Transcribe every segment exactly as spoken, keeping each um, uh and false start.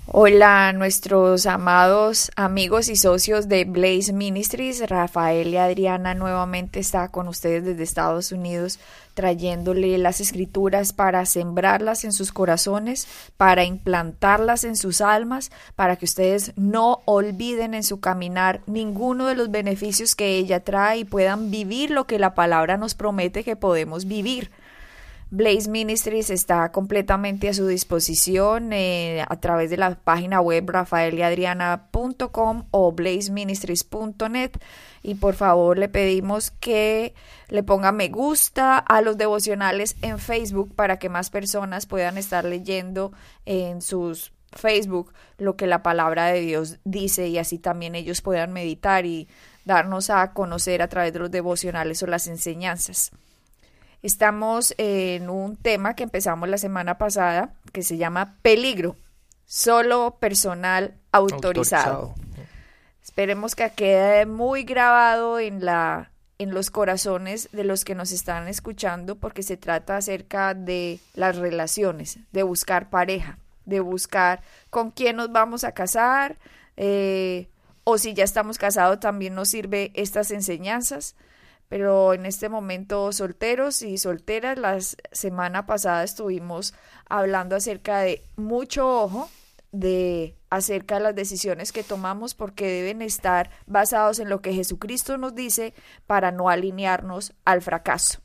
Hola, nuestros amados amigos y socios de Blaze Ministries. Rafael y Adriana nuevamente está con ustedes desde Estados Unidos, trayéndole las escrituras para sembrarlas en sus corazones, para implantarlas en sus almas, para que ustedes no olviden en su caminar ninguno de los beneficios que ella trae y puedan vivir lo que la palabra nos promete que podemos vivir. Blaze Ministries está completamente a su disposición eh, a través de la página web rafael y adriana punto com o blaze ministries punto net, y por favor le pedimos que le ponga me gusta a los devocionales en Facebook para que más personas puedan estar leyendo en sus Facebook lo que la palabra de Dios dice, y así también ellos puedan meditar y darnos a conocer a través de los devocionales o las enseñanzas. Estamos en un tema que empezamos la semana pasada que se llama peligro, solo personal autorizado. autorizado. Esperemos que quede muy grabado en, la, en los corazones de los que nos están escuchando, porque se trata acerca de las relaciones, de buscar pareja, de buscar con quién nos vamos a casar, eh, o si ya estamos casados también nos sirve estas enseñanzas. Pero en este momento, solteros y solteras, la semana pasada estuvimos hablando acerca de mucho ojo, de acerca de las decisiones que tomamos, porque deben estar basados en lo que Jesucristo nos dice para no alinearnos al fracaso.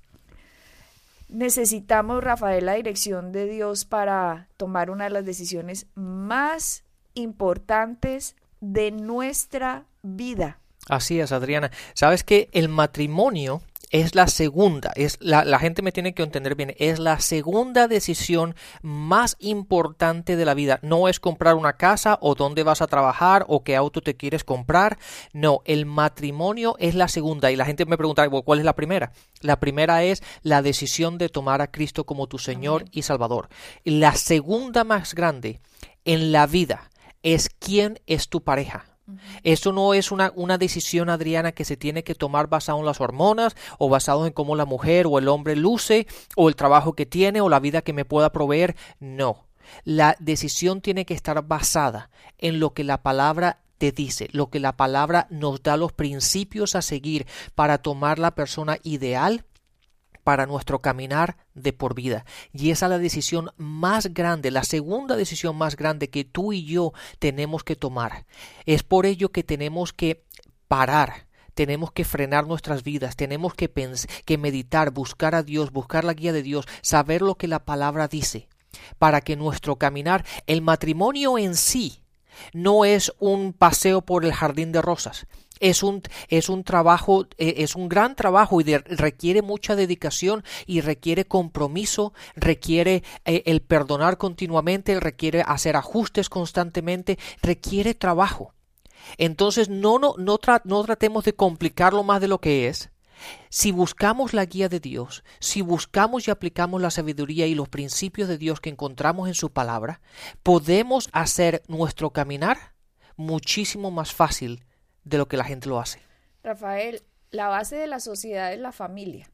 Necesitamos, Rafael, la dirección de Dios para tomar una de las decisiones más importantes de nuestra vida. Así es, Adriana. Sabes que el matrimonio es la segunda, es la, la gente me tiene que entender bien, es la segunda decisión más importante de la vida. No es comprar una casa o dónde vas a trabajar o qué auto te quieres comprar. No, el matrimonio es la segunda. Y la gente me pregunta, ¿cuál es la primera? La primera es la decisión de tomar a Cristo como tu Señor Amén. Y Salvador. La segunda más grande en la vida es quién es tu pareja. Eso no es una, una decisión, Adriana, que se tiene que tomar basado en las hormonas o basado en cómo la mujer o el hombre luce o el trabajo que tiene o la vida que me pueda proveer. No, la decisión tiene que estar basada en lo que la palabra te dice, lo que la palabra nos da los principios a seguir para tomar la persona ideal para nuestro caminar de por vida. Y esa es la decisión más grande, la segunda decisión más grande que tú y yo tenemos que tomar. Es por ello que tenemos que parar, tenemos que frenar nuestras vidas, tenemos que, pens- que meditar, buscar a Dios, buscar la guía de Dios, saber lo que la palabra dice, para que nuestro caminar, el matrimonio en sí, no es un paseo por el jardín de rosas. Es un, es un trabajo, eh, es un gran trabajo y de, requiere mucha dedicación y requiere compromiso, requiere eh, el perdonar continuamente, requiere hacer ajustes constantemente, requiere trabajo. Entonces no, no, no, tra, no tratemos de complicarlo más de lo que es. Si buscamos la guía de Dios, si buscamos y aplicamos la sabiduría y los principios de Dios que encontramos en su palabra, podemos hacer nuestro caminar muchísimo más fácil de lo que la gente lo hace. Rafael, la base de la sociedad es la familia.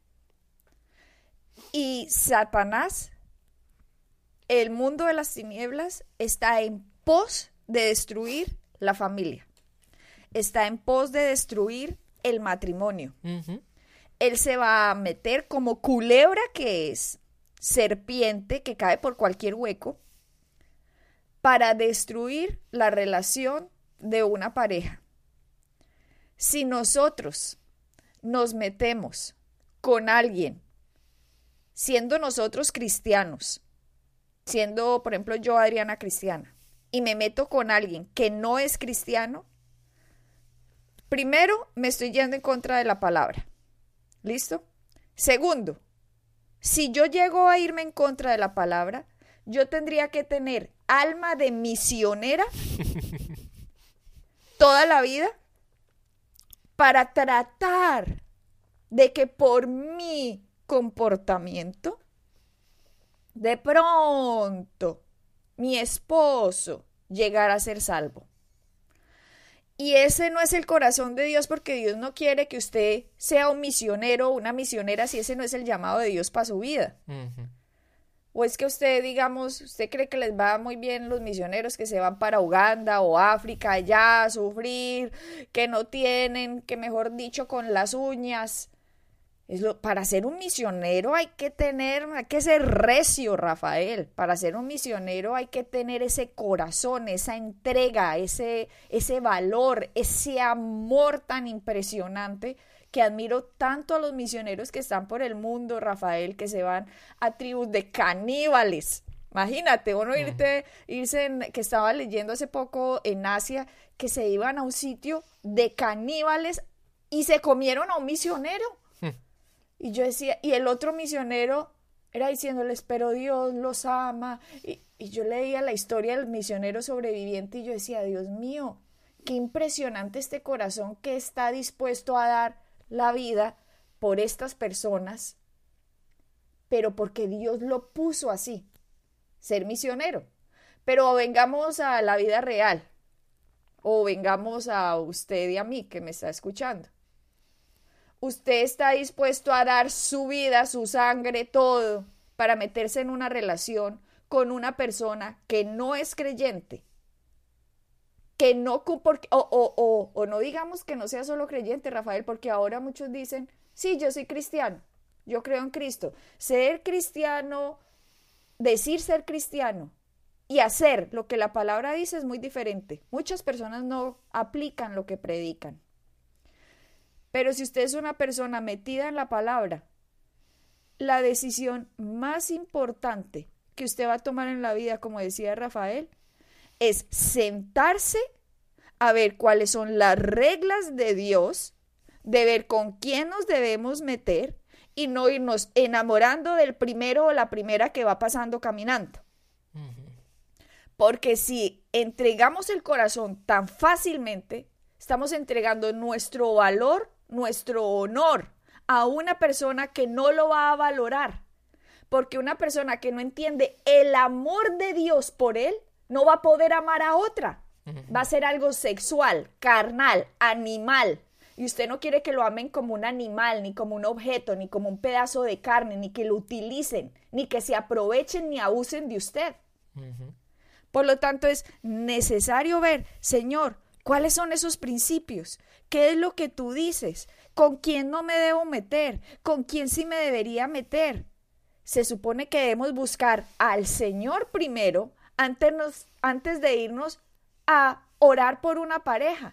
Y Satanás, el mundo de las tinieblas, está en pos de destruir la familia. Está en pos de destruir el matrimonio. Uh-huh. Él se va a meter como culebra que es, serpiente que cae por cualquier hueco, para destruir la relación de una pareja. Si nosotros nos metemos con alguien, siendo nosotros cristianos, siendo, por ejemplo, yo, Adriana, cristiana, y me meto con alguien que no es cristiano, primero, me estoy yendo en contra de la palabra. ¿Listo? Segundo, si yo llego a irme en contra de la palabra, yo tendría que tener alma de misionera toda la vida para tratar de que por mi comportamiento, de pronto, mi esposo llegara a ser salvo. Y ese no es el corazón de Dios, porque Dios no quiere que usted sea un misionero o una misionera si ese no es el llamado de Dios para su vida. Uh-huh. ¿O es que usted, digamos, usted cree que les va muy bien los misioneros que se van para Uganda o África allá a sufrir, que no tienen, que mejor dicho, con las uñas? Es lo, para ser un misionero hay que tener, hay que ser recio, Rafael. Para ser un misionero hay que tener ese corazón, esa entrega, ese, ese valor, ese amor tan impresionante que admiro tanto a los misioneros que están por el mundo, Rafael, que se van a tribus de caníbales. Imagínate, uno irte, irse, en, que estaba leyendo hace poco en Asia, que se iban a un sitio de caníbales y se comieron a un misionero. Y yo decía, y el otro misionero era diciéndoles, pero Dios los ama. Y, y yo leía la historia del misionero sobreviviente y yo decía, Dios mío, qué impresionante este corazón que está dispuesto a dar la vida por estas personas, pero porque Dios lo puso así, ser misionero. Pero vengamos a la vida real, o vengamos a usted y a mí que me está escuchando. Usted está dispuesto a dar su vida, su sangre, todo, para meterse en una relación con una persona que no es creyente, que no, porque, o, o, o, o no digamos que no sea solo creyente, Rafael, porque ahora muchos dicen, sí, yo soy cristiano, yo creo en Cristo. Ser cristiano, decir ser cristiano y hacer lo que la palabra dice es muy diferente. Muchas personas no aplican lo que predican. Pero si usted es una persona metida en la palabra, la decisión más importante que usted va a tomar en la vida, como decía Rafael, es sentarse a ver cuáles son las reglas de Dios, de ver con quién nos debemos meter y no irnos enamorando del primero o la primera que va pasando caminando. Uh-huh. Porque si entregamos el corazón tan fácilmente, estamos entregando nuestro valor, nuestro honor a una persona que no lo va a valorar, porque una persona que no entiende el amor de Dios por él no va a poder amar a otra. Uh-huh. Va a ser algo sexual, carnal, animal, y usted no quiere que lo amen como un animal, ni como un objeto, ni como un pedazo de carne, ni que lo utilicen, ni que se aprovechen ni abusen de usted. Uh-huh. Por lo tanto, es necesario ver, Señor, ¿cuáles son esos principios? ¿Qué es lo que tú dices? ¿Con quién no me debo meter? ¿Con quién sí me debería meter? Se supone que debemos buscar al Señor primero antes, nos, antes de irnos a orar por una pareja.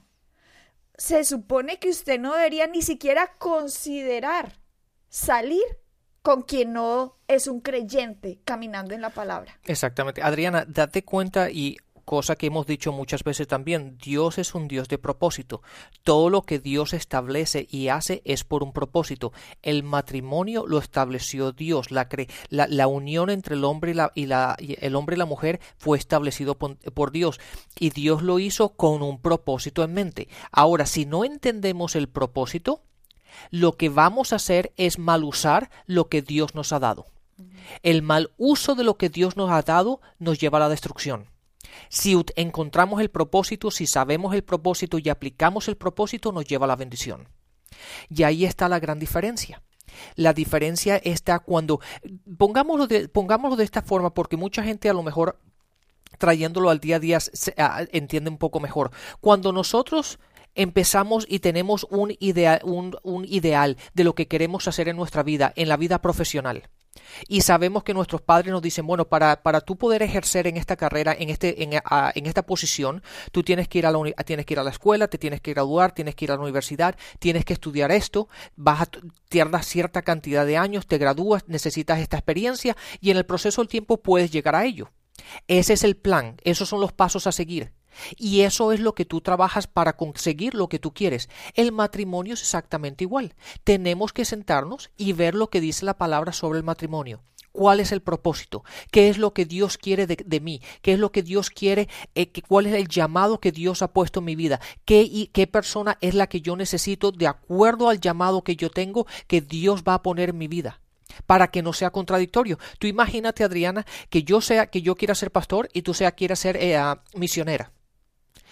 Se supone que usted no debería ni siquiera considerar salir con quien no es un creyente caminando en la palabra. Exactamente. Adriana, date cuenta y cosa que hemos dicho muchas veces también, Dios es un Dios de propósito. Todo lo que Dios establece y hace es por un propósito. El matrimonio lo estableció Dios. La, cre la, la unión entre el hombre y, la, y, la, y el hombre y la mujer fue establecido por, por Dios. Y Dios lo hizo con un propósito en mente. Ahora, si no entendemos el propósito, lo que vamos a hacer es mal usar lo que Dios nos ha dado. El mal uso de lo que Dios nos ha dado nos lleva a la destrucción. Si encontramos el propósito, si sabemos el propósito y aplicamos el propósito, nos lleva a la bendición. Y ahí está la gran diferencia. La diferencia está cuando, pongámoslo de, pongámoslo de esta forma, porque mucha gente a lo mejor trayéndolo al día a día se, a, entiende un poco mejor. Cuando nosotros empezamos y tenemos un ideal, un, un ideal de lo que queremos hacer en nuestra vida, en la vida profesional, y sabemos que nuestros padres nos dicen, bueno, para, para tú poder ejercer en esta carrera, en, este, en, a, en esta posición, tú tienes que, ir a la uni tienes que ir a la escuela, te tienes que graduar, tienes que ir a la universidad, tienes que estudiar esto, vas a tardar cierta cantidad de años, te gradúas, necesitas esta experiencia y en el proceso del tiempo puedes llegar a ello. Ese es el plan, esos son los pasos a seguir. Y eso es lo que tú trabajas para conseguir lo que tú quieres. El matrimonio es exactamente igual. Tenemos que sentarnos y ver lo que dice la palabra sobre el matrimonio. ¿Cuál es el propósito? ¿Qué es lo que Dios quiere de, de mí? ¿Qué es lo que Dios quiere? Eh, que, ¿Cuál es el llamado que Dios ha puesto en mi vida? ¿Qué, y, ¿Qué persona es la que yo necesito de acuerdo al llamado que yo tengo que Dios va a poner en mi vida? Para que no sea contradictorio. Tú imagínate, Adriana, que yo sea, que yo quiera ser pastor y tú sea quieras ser eh, uh, misionera.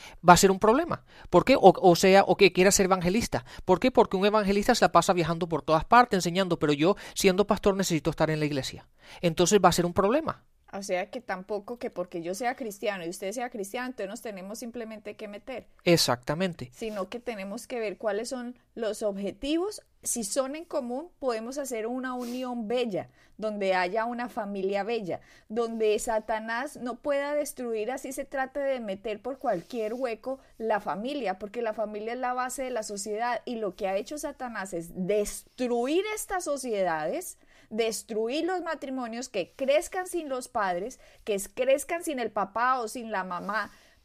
va a ser un problema. ¿Por qué? O, o sea, o que quiera ser evangelista. ¿Por qué? Porque un evangelista se la pasa viajando por todas partes, enseñando, pero yo, siendo pastor, necesito estar en la iglesia. Entonces va a ser un problema. O sea que tampoco que porque yo sea cristiano y usted sea cristiano, entonces nos tenemos simplemente que meter. Exactamente. Sino que tenemos que ver cuáles son los objetivos. Si son en común, podemos hacer una unión bella, donde haya una familia bella, donde Satanás no pueda destruir, así se trate de meter por cualquier hueco la familia, porque la familia es la base de la sociedad y lo que ha hecho Satanás es destruir estas sociedades, destruir los matrimonios, que crezcan sin los padres, que crezcan sin el papá o sin la mamá,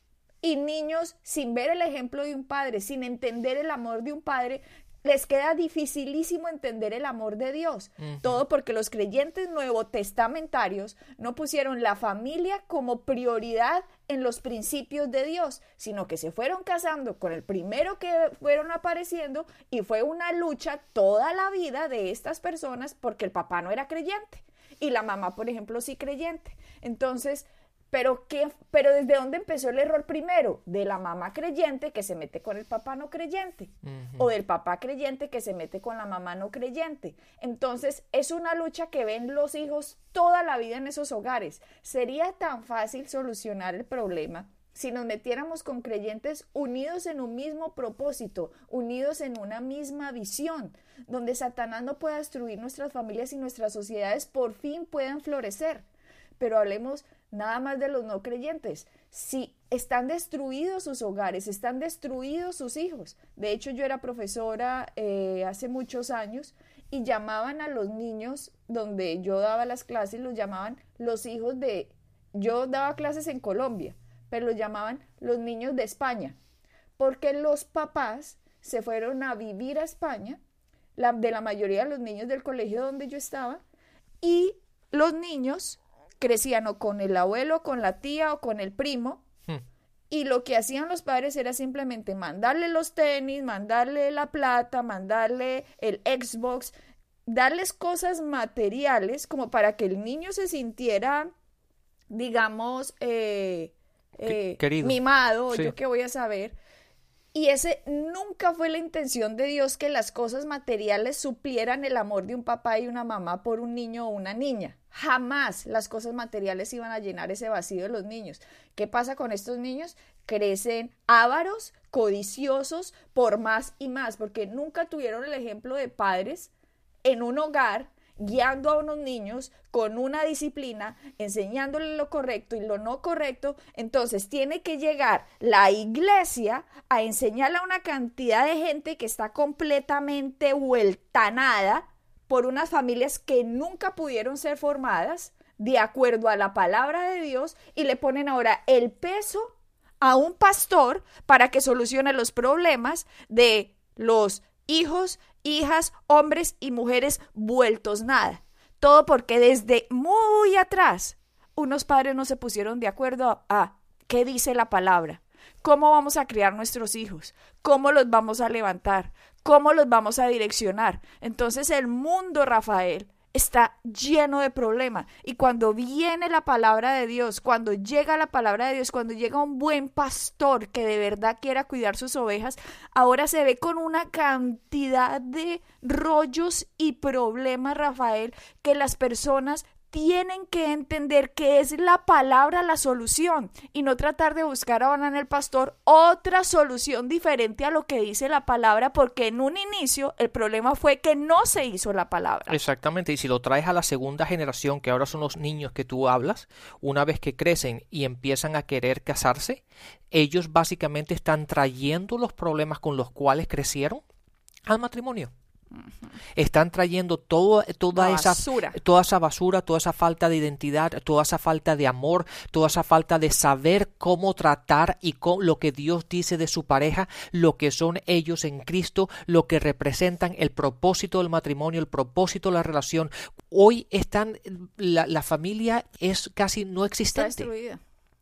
y niños sin ver el ejemplo de un padre, sin entender el amor de un padre. Les queda dificilísimo entender el amor de Dios. Uh-huh. Todo porque los creyentes nuevotestamentarios no pusieron la familia como prioridad en los principios de Dios, sino que se fueron casando con el primero que fueron apareciendo y fue una lucha toda la vida de estas personas porque el papá no era creyente y la mamá, por ejemplo, sí creyente. Entonces, ¿Pero, qué, pero ¿desde dónde empezó el error primero? De la mamá creyente que se mete con el papá no creyente, uh-huh. o del papá creyente que se mete con la mamá no creyente. Entonces es una lucha que ven los hijos toda la vida en esos hogares. Sería tan fácil solucionar el problema si nos metiéramos con creyentes unidos en un mismo propósito, unidos en una misma visión, donde Satanás no pueda destruir nuestras familias y nuestras sociedades por fin puedan florecer. Pero hablemos nada más de los no creyentes. Si están destruidos sus hogares, están destruidos sus hijos. De hecho, yo era profesora eh, hace muchos años y llamaban a los niños donde yo daba las clases, los llamaban los hijos de... Yo daba clases en Colombia, pero los llamaban los niños de España, porque los papás se fueron a vivir a España, la, de la mayoría de los niños del colegio donde yo estaba, y los niños crecían o con el abuelo, con la tía o con el primo, hmm. y lo que hacían los padres era simplemente mandarle los tenis, mandarle la plata, mandarle el Xbox, darles cosas materiales como para que el niño se sintiera, digamos, eh, eh, querido, mimado, sí. Yo qué voy a saber. Y ese nunca fue la intención de Dios, que las cosas materiales suplieran el amor de un papá y una mamá por un niño o una niña. Jamás las cosas materiales iban a llenar ese vacío de los niños. ¿Qué pasa con estos niños? Crecen ávaros, codiciosos por más y más, porque nunca tuvieron el ejemplo de padres en un hogar guiando a unos niños con una disciplina, enseñándoles lo correcto y lo no correcto. Entonces tiene que llegar la iglesia a enseñarle a una cantidad de gente que está completamente vueltanada por unas familias que nunca pudieron ser formadas de acuerdo a la palabra de Dios, y le ponen ahora el peso a un pastor para que solucione los problemas de los hijos, hijas, hombres y mujeres vueltos nada. Todo porque desde muy atrás unos padres no se pusieron de acuerdo a, a qué dice la palabra, cómo vamos a criar nuestros hijos, cómo los vamos a levantar, cómo los vamos a direccionar. Entonces el mundo, Rafael, está lleno de problemas, y cuando viene la palabra de Dios, cuando llega la palabra de Dios, cuando llega un buen pastor que de verdad quiera cuidar sus ovejas, ahora se ve con una cantidad de rollos y problemas, Rafael, que las personas tienen que entender que es la palabra la solución y no tratar de buscar ahora en el pastor otra solución diferente a lo que dice la palabra, porque en un inicio el problema fue que no se hizo la palabra. Exactamente, y si lo traes a la segunda generación, que ahora son los niños que tú hablas, una vez que crecen y empiezan a querer casarse, ellos básicamente están trayendo los problemas con los cuales crecieron al matrimonio. Uh-huh. Están trayendo todo, toda, esa, toda esa basura, toda esa falta de identidad, toda esa falta de amor, toda esa falta de saber cómo tratar y con lo que Dios dice de su pareja, lo que son ellos en Cristo, lo que representan, el propósito del matrimonio, el propósito de la relación. Hoy están, la, la familia es casi no existente. Está destruida.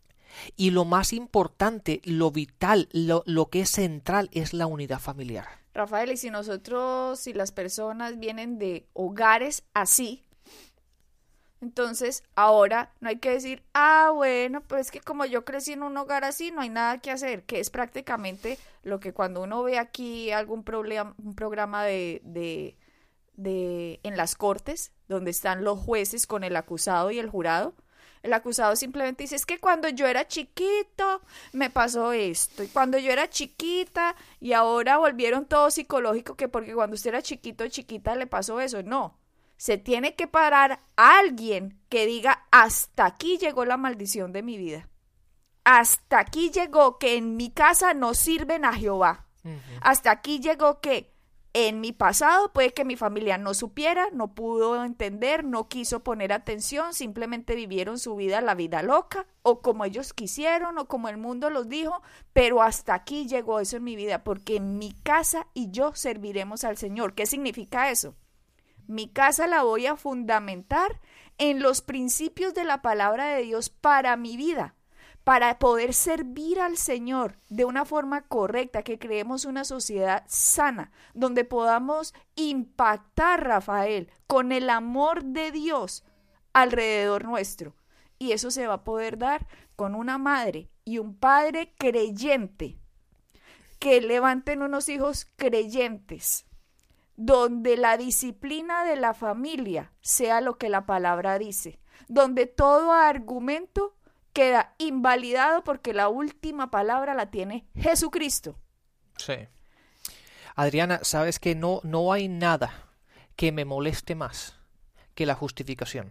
Y lo más importante, lo vital, lo, lo que es central es la unidad familiar. Rafael, y si nosotros, si las personas vienen de hogares así, Entonces, ahora no hay que decir, ah, bueno, pues es que como yo crecí en un hogar así, no hay nada que hacer, que es prácticamente lo que cuando uno ve aquí algún problema, un programa de, de, de, en las cortes, donde están los jueces con el acusado y el jurado, el acusado simplemente dice, es que cuando yo era chiquito me pasó esto, y cuando yo era chiquita, y ahora volvieron todo psicológico, que porque cuando usted era chiquito o chiquita le pasó eso. No, se tiene que parar alguien que diga, hasta aquí llegó la maldición de mi vida, hasta aquí llegó que en mi casa no sirven a Jehová, uh-huh. Hasta aquí llegó que en mi pasado puede que mi familia no supiera, no pudo entender, no quiso poner atención, simplemente vivieron su vida, la vida loca, o como ellos quisieron, o como el mundo los dijo, pero hasta aquí llegó eso en mi vida, porque en mi casa y yo serviremos al Señor. ¿Qué significa eso? Mi casa la voy a fundamentar en los principios de la palabra de Dios para mi vida, para poder servir al Señor de una forma correcta, que creemos una sociedad sana, donde podamos impactar, Rafael, con el amor de Dios alrededor nuestro. Y eso se va a poder dar con una madre y un padre creyente, que levanten unos hijos creyentes, donde la disciplina de la familia sea lo que la palabra dice, donde todo argumento queda invalidado porque la última palabra la tiene Jesucristo. Sí. Adriana, sabes que no, no hay nada que me moleste más que la justificación.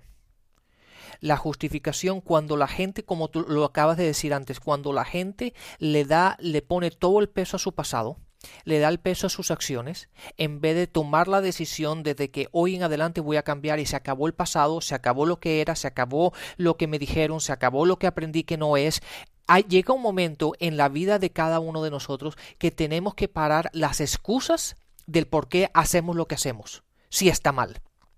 La justificación, cuando la gente, como tú lo acabas de decir antes, cuando la gente le da, le pone todo el peso a su pasado, le da el peso a sus acciones, en vez de tomar la decisión de que hoy en adelante voy a cambiar y se acabó el pasado, se acabó lo que era, se acabó lo que me dijeron, se acabó lo que aprendí que no es. Hay, llega un momento en la vida de cada uno de nosotros que tenemos que parar las excusas del por qué hacemos lo que hacemos, si está mal,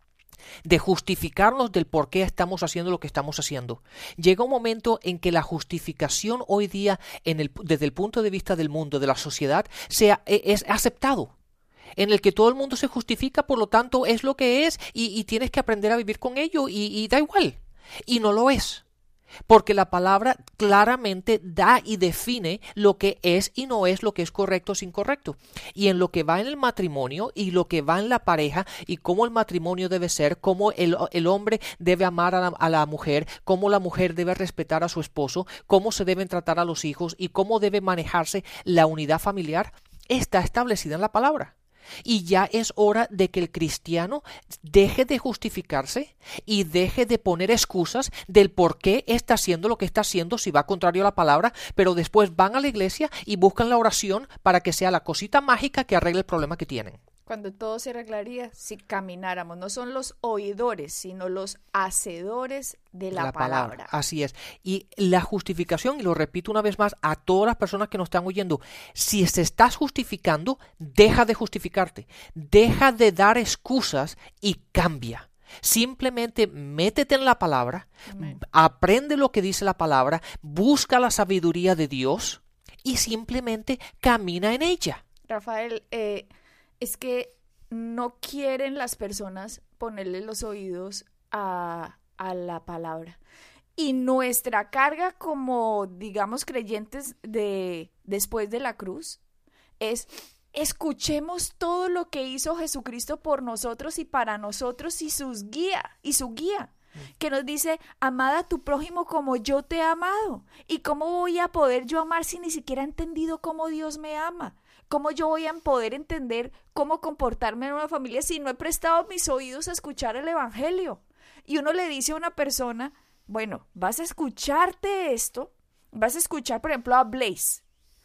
de justificarnos del por qué estamos haciendo lo que estamos haciendo. Llega un momento en que la justificación hoy día, en el, desde el punto de vista del mundo, de la sociedad, sea, es aceptado, en el que todo el mundo se justifica, por lo tanto es lo que es y, y tienes que aprender a vivir con ello y, y da igual. Y no lo es. Porque la palabra claramente da y define lo que es y no es, lo que es correcto o incorrecto. Y en lo que va en el matrimonio y lo que va en la pareja y cómo el matrimonio debe ser, cómo el, el hombre debe amar a la, a la mujer, cómo la mujer debe respetar a su esposo, cómo se deben tratar a los hijos y cómo debe manejarse la unidad familiar, está establecida en la palabra. Y ya es hora de que el cristiano deje de justificarse y deje de poner excusas del por qué está haciendo lo que está haciendo si va contrario a la palabra, pero después van a la iglesia y buscan la oración para que sea la cosita mágica que arregle el problema que tienen. Cuando todo se arreglaría si camináramos, no son los oidores, sino los hacedores de la, la palabra. palabra. Así es. Y la justificación, y lo repito una vez más a todas las personas que nos están oyendo, si te estás justificando, deja de justificarte, deja de dar excusas y cambia. Simplemente métete en la palabra, Amén. Aprende lo que dice la palabra, busca la sabiduría de Dios y simplemente camina en ella. Rafael, eh... es que no quieren las personas ponerle los oídos a, a la palabra. Y nuestra carga como, digamos, creyentes de después de la cruz es escuchemos todo lo que hizo Jesucristo por nosotros y para nosotros y sus guía, y su guía. Que nos dice, amad a tu prójimo como yo te he amado. ¿Y cómo voy a poder yo amar si ni siquiera he entendido cómo Dios me ama? ¿Cómo yo voy a poder entender cómo comportarme en una familia si no he prestado mis oídos a escuchar el evangelio? Y uno le dice a una persona, bueno, vas a escucharte esto, vas a escuchar, por ejemplo, a Blaze.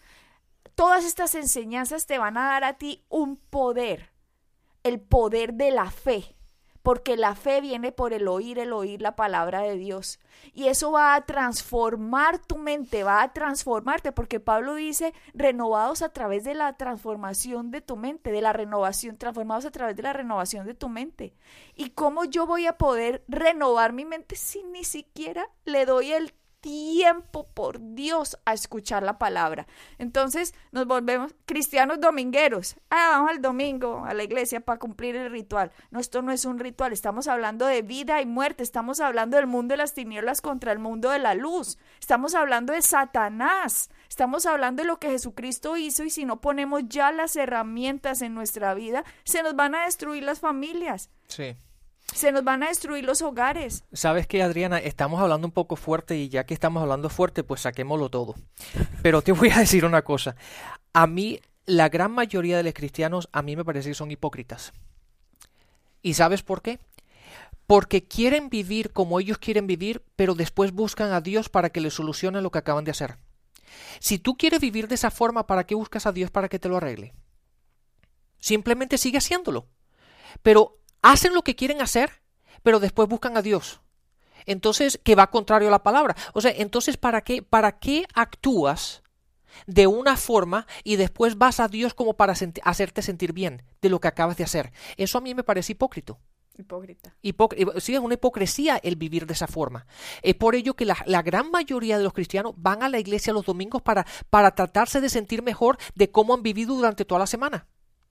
Todas estas enseñanzas te van a dar a ti un poder, el poder de la fe. Porque la fe viene por el oír, el oír la palabra de Dios. Y eso va a transformar tu mente, va a transformarte, porque Pablo dice, renovados a través de la transformación de tu mente, de la renovación, transformados a través de la renovación de tu mente. ¿Y cómo yo voy a poder renovar mi mente si ni siquiera le doy el tiempo, por Dios, a escuchar la palabra. Entonces nos volvemos cristianos domingueros. Ah, vamos al domingo a la iglesia para cumplir el ritual. No, esto no es un ritual, estamos hablando de vida y muerte, estamos hablando del mundo de las tinieblas contra el mundo de la luz, estamos hablando de Satanás, estamos hablando de lo que Jesucristo hizo, y si no ponemos ya las herramientas en nuestra vida, se nos van a destruir las familias. Sí. Se nos van a destruir los hogares. ¿Sabes qué, Adriana? Estamos hablando un poco fuerte, y ya que estamos hablando fuerte, pues saquémoslo todo. Pero te voy a decir una cosa. A mí, la gran mayoría de los cristianos, a mí me parece que son hipócritas. ¿Y sabes por qué? Porque quieren vivir como ellos quieren vivir, pero después buscan a Dios para que les solucione lo que acaban de hacer. Si tú quieres vivir de esa forma, ¿para qué buscas a Dios para que te lo arregle? Simplemente sigue haciéndolo. Pero hacen lo que quieren hacer, pero después buscan a Dios. Entonces, que va contrario a la palabra. O sea, entonces, ¿para qué, para qué actúas de una forma y después vas a Dios como para senti- hacerte sentir bien de lo que acabas de hacer? Eso a mí me parece hipócrita. Hipócrita. Hipócrita. Sí, es una hipocresía el vivir de esa forma. Es por ello que la, la gran mayoría de los cristianos van a la iglesia los domingos para, para tratarse de sentir mejor de cómo han vivido durante toda la semana.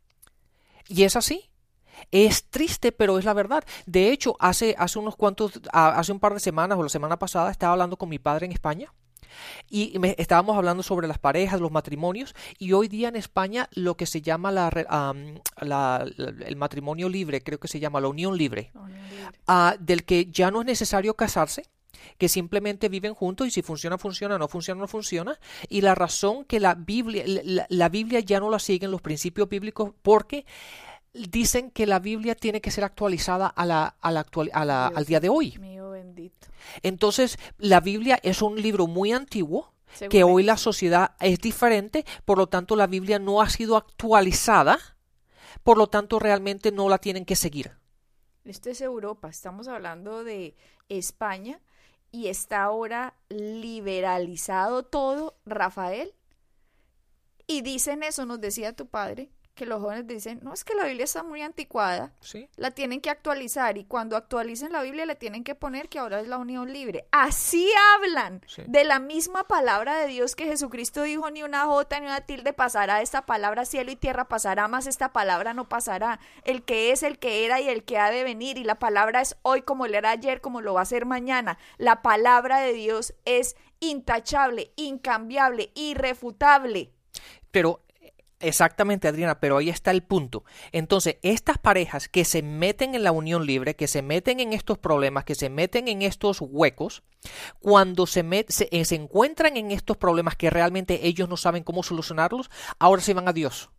Y es así. Es triste, pero es la verdad. De hecho, hace, hace unos cuantos, hace un par de semanas o la semana pasada estaba hablando con mi padre en España y me, estábamos hablando sobre las parejas, los matrimonios, y hoy día en España lo que se llama la, um, la, la, el matrimonio libre, creo que se llama la unión libre, uh, del que ya no es necesario casarse, que simplemente viven juntos y si funciona, funciona, no funciona, no funciona. Y la razón que la Biblia, la, la Biblia ya no la siguen los principios bíblicos porque dicen que la Biblia tiene que ser actualizada a la, a la actual, a la, al día de hoy. Mío bendito. Entonces, la Biblia es un libro muy antiguo, según que hoy la sociedad es diferente, por lo tanto la Biblia no ha sido actualizada, por lo tanto realmente no la tienen que seguir. Esto es Europa, estamos hablando de España y está ahora liberalizado todo, Rafael. Y dicen eso, nos decía tu padre, que los jóvenes dicen, no, es que la Biblia está muy anticuada, ¿sí? La tienen que actualizar, y cuando actualicen la Biblia le tienen que poner que ahora es la unión libre. Así hablan, sí, de la misma palabra de Dios que Jesucristo dijo, ni una jota ni una tilde pasará, esta palabra cielo y tierra pasará, más esta palabra no pasará. El que es, el que era y el que ha de venir, y la palabra es hoy como lo era ayer, como lo va a ser mañana. La palabra de Dios es intachable, incambiable, irrefutable. Pero exactamente, Adriana, pero ahí está el punto. Entonces, estas parejas que se meten en la unión libre, que se meten en estos problemas, que se meten en estos huecos, cuando se, met, se, se encuentran en estos problemas que realmente ellos no saben cómo solucionarlos, ahora sí van a Dios.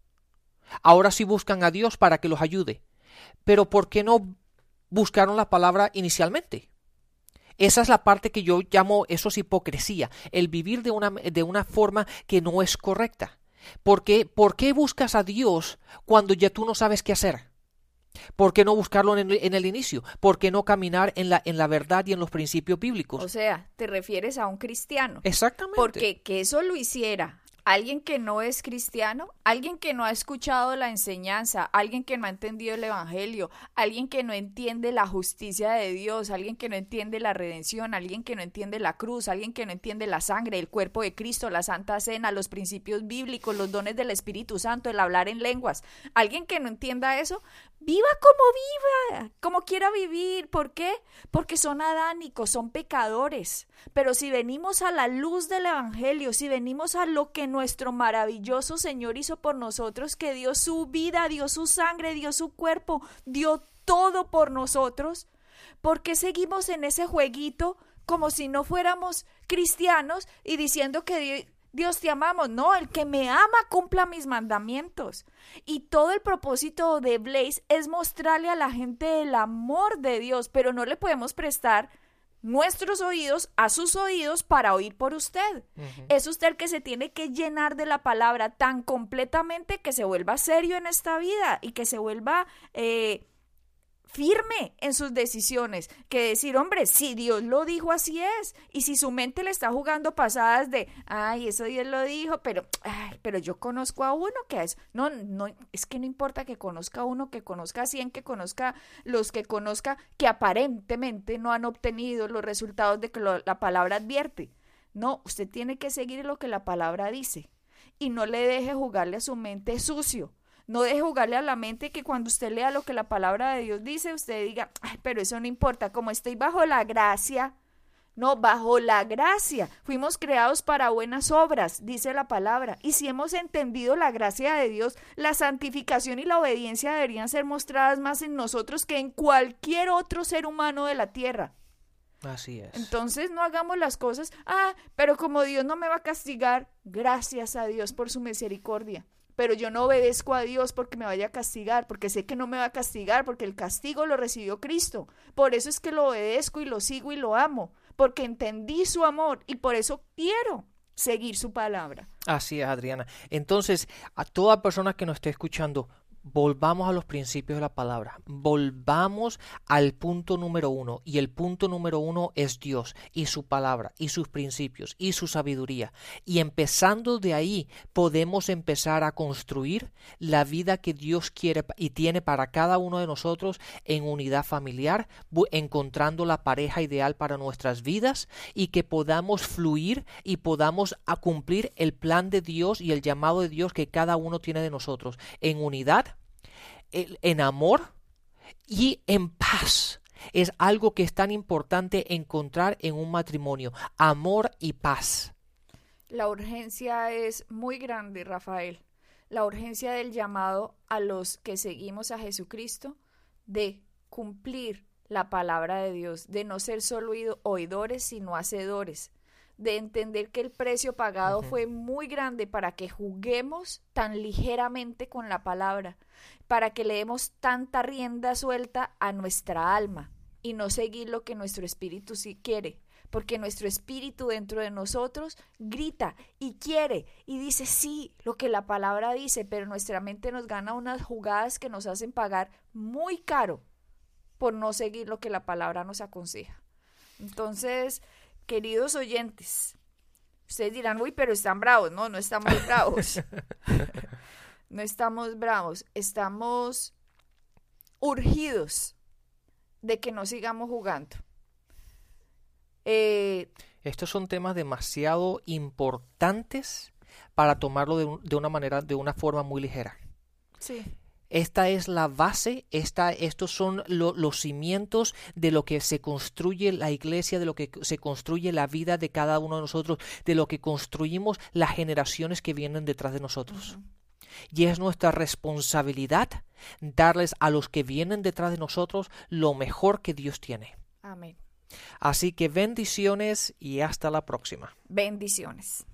Ahora sí buscan a Dios para que los ayude. Pero ¿por qué no buscaron la palabra inicialmente? Esa es la parte que yo llamo, eso es hipocresía, el vivir de una, de una forma que no es correcta. ¿Por qué, ¿Por qué buscas a Dios cuando ya tú no sabes qué hacer? ¿Por qué no buscarlo en el, en el inicio? ¿Por qué no caminar en la, en la verdad y en los principios bíblicos? O sea, te refieres a un cristiano. Exactamente. Porque que eso lo hiciera alguien que no es cristiano, alguien que no ha escuchado la enseñanza, alguien que no ha entendido el evangelio, alguien que no entiende la justicia de Dios, alguien que no entiende la redención, alguien que no entiende la cruz, alguien que no entiende la sangre, el cuerpo de Cristo, la Santa Cena, los principios bíblicos, los dones del Espíritu Santo, el hablar en lenguas. Alguien que no entienda eso, viva como viva, como quiera vivir. ¿Por qué? Porque son adánicos, son pecadores. Pero si venimos a la luz del evangelio, si venimos a lo que nuestro maravilloso Señor hizo por nosotros, que dio su vida, dio su sangre, dio su cuerpo, dio todo por nosotros, ¿por qué seguimos en ese jueguito como si no fuéramos cristianos y diciendo que Dios... Dios te amamos? No, el que me ama cumpla mis mandamientos. Y todo el propósito de Blaze es mostrarle a la gente el amor de Dios, pero no le podemos prestar nuestros oídos a sus oídos para oír por usted. Uh-huh. Es usted el que se tiene que llenar de la palabra tan completamente que se vuelva serio en esta vida y que se vuelva... Eh, firme en sus decisiones, que decir, hombre, si Dios lo dijo, así es. Y si su mente le está jugando pasadas de, ay, eso Dios lo dijo, pero, ay, pero yo conozco a uno que es, no, no, es que no importa que conozca a uno, que conozca a cien, que conozca los que conozca, que aparentemente no han obtenido los resultados de que lo, la palabra advierte. No, usted tiene que seguir lo que la palabra dice y no le deje jugarle a su mente sucio. No deje jugarle a la mente que cuando usted lea lo que la palabra de Dios dice, usted diga, ay, pero eso no importa, como estoy bajo la gracia. No, bajo la gracia. Fuimos creados para buenas obras, dice la palabra. Y si hemos entendido la gracia de Dios, la santificación y la obediencia deberían ser mostradas más en nosotros que en cualquier otro ser humano de la tierra. Así es. Entonces no hagamos las cosas, ah, pero como Dios no me va a castigar, gracias a Dios por su misericordia. Pero yo no obedezco a Dios porque me vaya a castigar, porque sé que no me va a castigar, porque el castigo lo recibió Cristo. Por eso es que lo obedezco y lo sigo y lo amo, porque entendí su amor y por eso quiero seguir su palabra. Así es, Adriana. Entonces, a toda persona que nos esté escuchando, volvamos a los principios de la palabra, volvamos al punto número uno, y el punto número uno es Dios y su palabra y sus principios y su sabiduría, y empezando de ahí podemos empezar a construir la vida que Dios quiere y tiene para cada uno de nosotros en unidad familiar, encontrando la pareja ideal para nuestras vidas y que podamos fluir y podamos a cumplir el plan de Dios y el llamado de Dios que cada uno tiene de nosotros en unidad, en amor y en paz. Es algo que es tan importante encontrar en un matrimonio, amor y paz. La urgencia es muy grande, Rafael. La urgencia del llamado a los que seguimos a Jesucristo de cumplir la palabra de Dios, de no ser solo oidores, sino hacedores, de entender que el precio pagado uh-huh. fue muy grande para que juguemos tan ligeramente con la palabra, para que le demos tanta rienda suelta a nuestra alma y no seguir lo que nuestro espíritu sí quiere, porque nuestro espíritu dentro de nosotros grita y quiere y dice sí, lo que la palabra dice, pero nuestra mente nos gana unas jugadas que nos hacen pagar muy caro por no seguir lo que la palabra nos aconseja. Entonces, queridos oyentes, ustedes dirán, uy, pero están bravos. No, no estamos bravos. No estamos bravos. Estamos urgidos de que no sigamos jugando. Eh, Estos son temas demasiado importantes para tomarlo de, un, de una manera, de una forma muy ligera. Sí. Esta es la base, esta, estos son lo, los cimientos de lo que se construye la iglesia, de lo que se construye la vida de cada uno de nosotros, de lo que construimos las generaciones que vienen detrás de nosotros. Uh-huh. Y es nuestra responsabilidad darles a los que vienen detrás de nosotros lo mejor que Dios tiene. Amén. Así que bendiciones y hasta la próxima. Bendiciones.